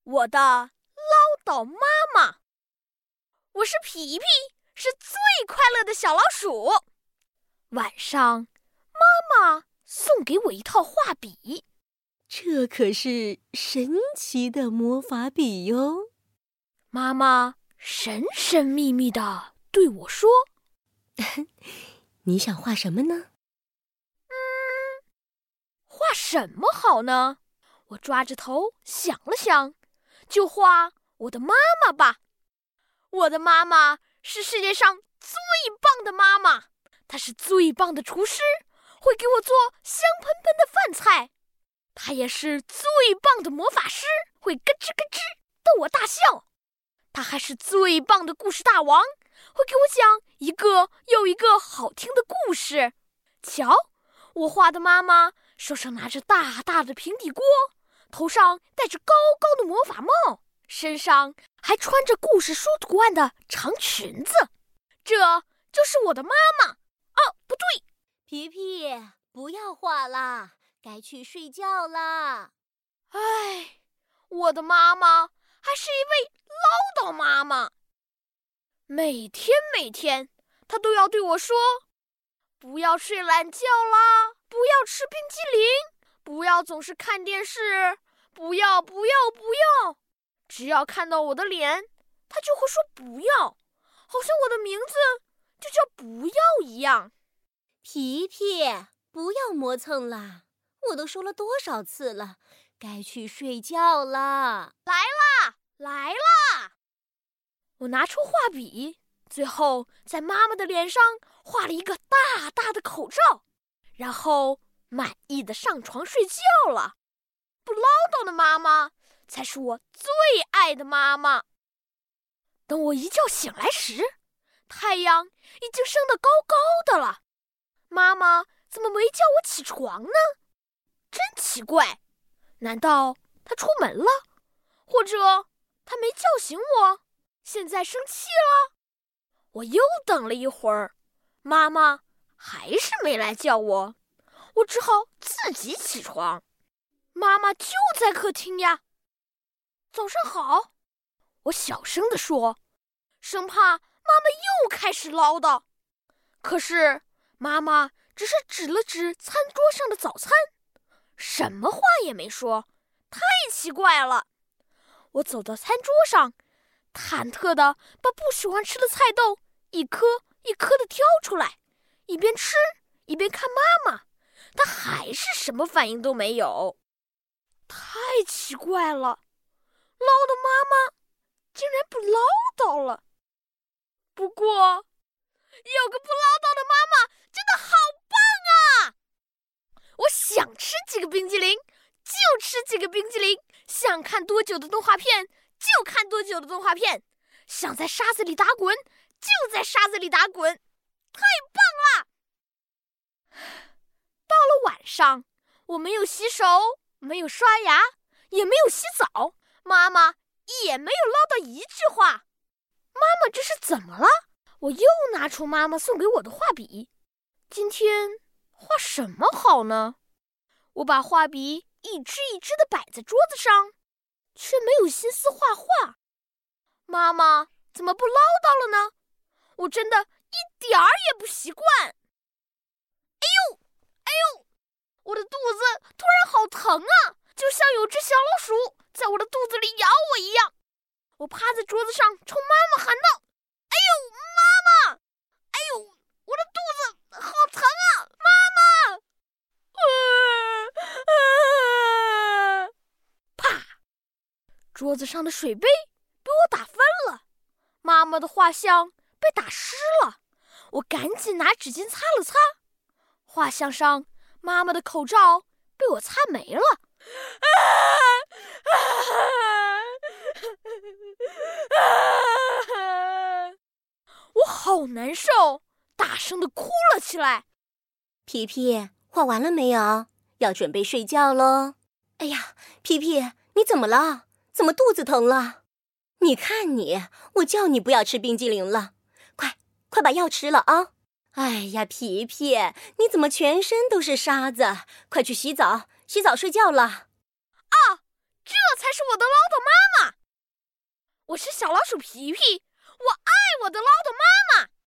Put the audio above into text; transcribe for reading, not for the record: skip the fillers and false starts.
我的唠叨妈妈。我是皮皮，是最快乐的小老鼠。晚上，妈妈送给我一套画笔， 这可是神奇的魔法笔哟。 妈妈神神秘秘地对我说：“ 你想画什么呢？” 画什么好呢？我抓着头想了想，就画我的妈妈吧。我的妈妈是世界上最棒的妈妈，她是最棒的厨师，会给我做香喷喷的饭菜。她也是最棒的魔法师，会咯吱咯吱逗我大笑。她还是最棒的故事大王，会给我讲一个又一个好听的故事。瞧，我画的妈妈手上拿着大大的平底锅，头上戴着高高的魔法帽，身上还穿着故事书图案的长裙子。这就是我的妈妈。哦，不对， 皮皮，不要画啦，该去睡觉啦。 唉，我的妈妈还是一位唠叨妈妈。每天，她都要对我说：不要睡懒觉啦，不要吃冰激凌，不要总是看电视，不要。只要看到我的脸，她就会说不要，好像我的名字就叫不要一样。 皮皮，不要磨蹭啦，我都说了多少次了，该去睡觉啦。 来啦！我拿出画笔，最后在妈妈的脸上画了一个大大的口罩，然后满意的上床睡觉了。不唠叨的妈妈才是我最爱的妈妈。等我一觉醒来时，太阳已经升得高高的了。妈妈怎么没叫我起床呢？真奇怪，难道她出门了？或者她没叫醒我，现在生气了？我又等了一会儿，妈妈还是没来叫我，我只好自己起床。妈妈就在客厅呀。早上好，我小声地说，生怕妈妈又开始唠叨。可是妈妈只是指了指餐桌上的早餐，什么话也没说，太奇怪了。我走到餐桌上，忐忑地把不喜欢吃的菜豆一颗一颗地挑出来，一边吃一边看妈妈，她还是什么反应都没有。太奇怪了，唠叨妈妈竟然不唠叨了。不过，有个不唠叨的妈妈真的好棒啊！我想吃几个冰激凌，就吃几个冰激凌；想看多久的动画片，就看多久的动画片；想在沙子里打滚，就在沙子里打滚。太棒了！到了晚上，我没有洗手，没有刷牙，也没有洗澡，妈妈也没有唠叨一句话。妈妈这是怎么了？我又拿出妈妈送给我的画笔，今天画什么好呢？我把画笔一支一支地摆在桌子上，却没有心思画画。妈妈怎么不唠叨了呢？我真的一点儿也不习惯。哎呦，我的肚子突然好疼啊，就像有只小老鼠在我的肚子里咬我一样。我趴在桌子上冲妈妈喊道：哎呦，妈妈！哎呦，我的肚子好疼啊，妈妈！啪！桌子上的水杯被我打翻了，妈妈的画像被打湿了。我赶紧拿纸巾擦了擦，画像上妈妈的口罩被我擦没了。我好难受，大声地哭了起来。 皮皮，画完了没有？要准备睡觉咯。哎呀，皮皮，你怎么了？怎么肚子疼了？你看你，我叫你不要吃冰激凌了，快把药吃了啊！哎呀，皮皮，你怎么全身都是沙子？快去洗澡，洗澡睡觉了。 啊，这才是我的唠叨妈妈。 我是小老鼠皮皮，